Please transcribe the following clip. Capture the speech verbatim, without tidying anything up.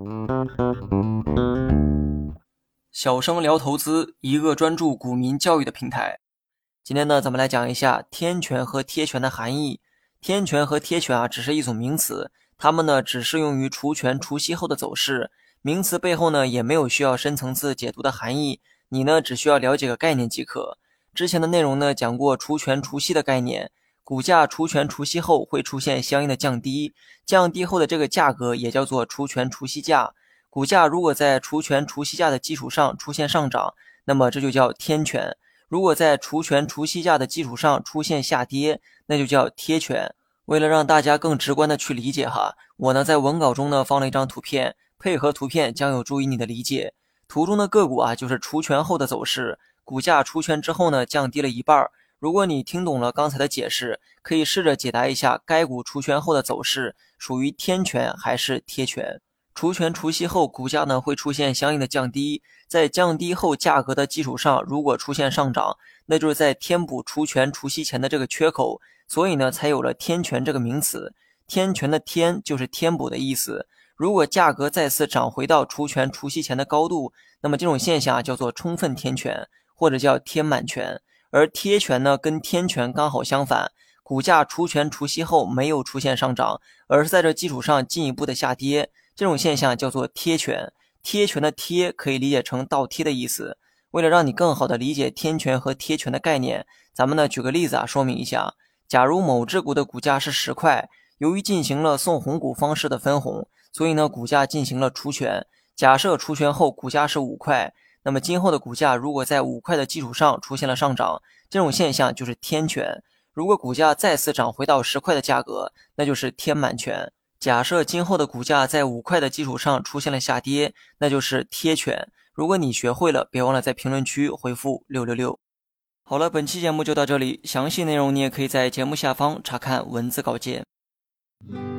小生聊投资，一个专注股民教育的平台。今天呢，咱们来讲一下天权和贴权的含义。天权和贴权啊，只是一组名词，它们呢只适用于除权除息后的走势。名词背后呢也没有需要深层次解读的含义，你呢只需要了解个概念即可。之前的内容呢讲过除权除息的概念，股价除权除息后会出现相应的降低，降低后的这个价格也叫做除权除息价。股价如果在除权除息价的基础上出现上涨，那么这就叫天权；如果在除权除息价的基础上出现下跌，那就叫贴权。为了让大家更直观的去理解哈，我呢在文稿中呢放了一张图片，配合图片将有助于你的理解。图中的个股啊就是除权后的走势，股价除权之后呢降低了一半。如果你听懂了刚才的解释，可以试着解答一下该股除权后的走势属于天权还是贴权。除权除息后，股价呢会出现相应的降低，在降低后价格的基础上，如果出现上涨，那就是在填补除权除息前的这个缺口，所以呢才有了天权这个名词。天权的天就是填补的意思。如果价格再次涨回到除权除息前的高度，那么这种现象叫做充分填权，或者叫填满权。而贴权呢跟天权刚好相反，股价除权除息后没有出现上涨，而是在这基础上进一步的下跌。这种现象叫做贴权，贴权的贴可以理解成倒贴的意思。为了让你更好的理解天权和贴权的概念，咱们呢举个例子啊说明一下。假如某只股的股价是十块，由于进行了送红股方式的分红，所以呢股价进行了除权。假设除权后股价是五块，那么今后的股价如果在五块的基础上出现了上涨，这种现象就是天权。如果股价再次涨回到十块的价格，那就是填满权。假设今后的股价在五块的基础上出现了下跌，那就是贴权。如果你学会了，别忘了在评论区回复六六六。好了，本期节目就到这里，详细内容你也可以在节目下方查看文字稿件。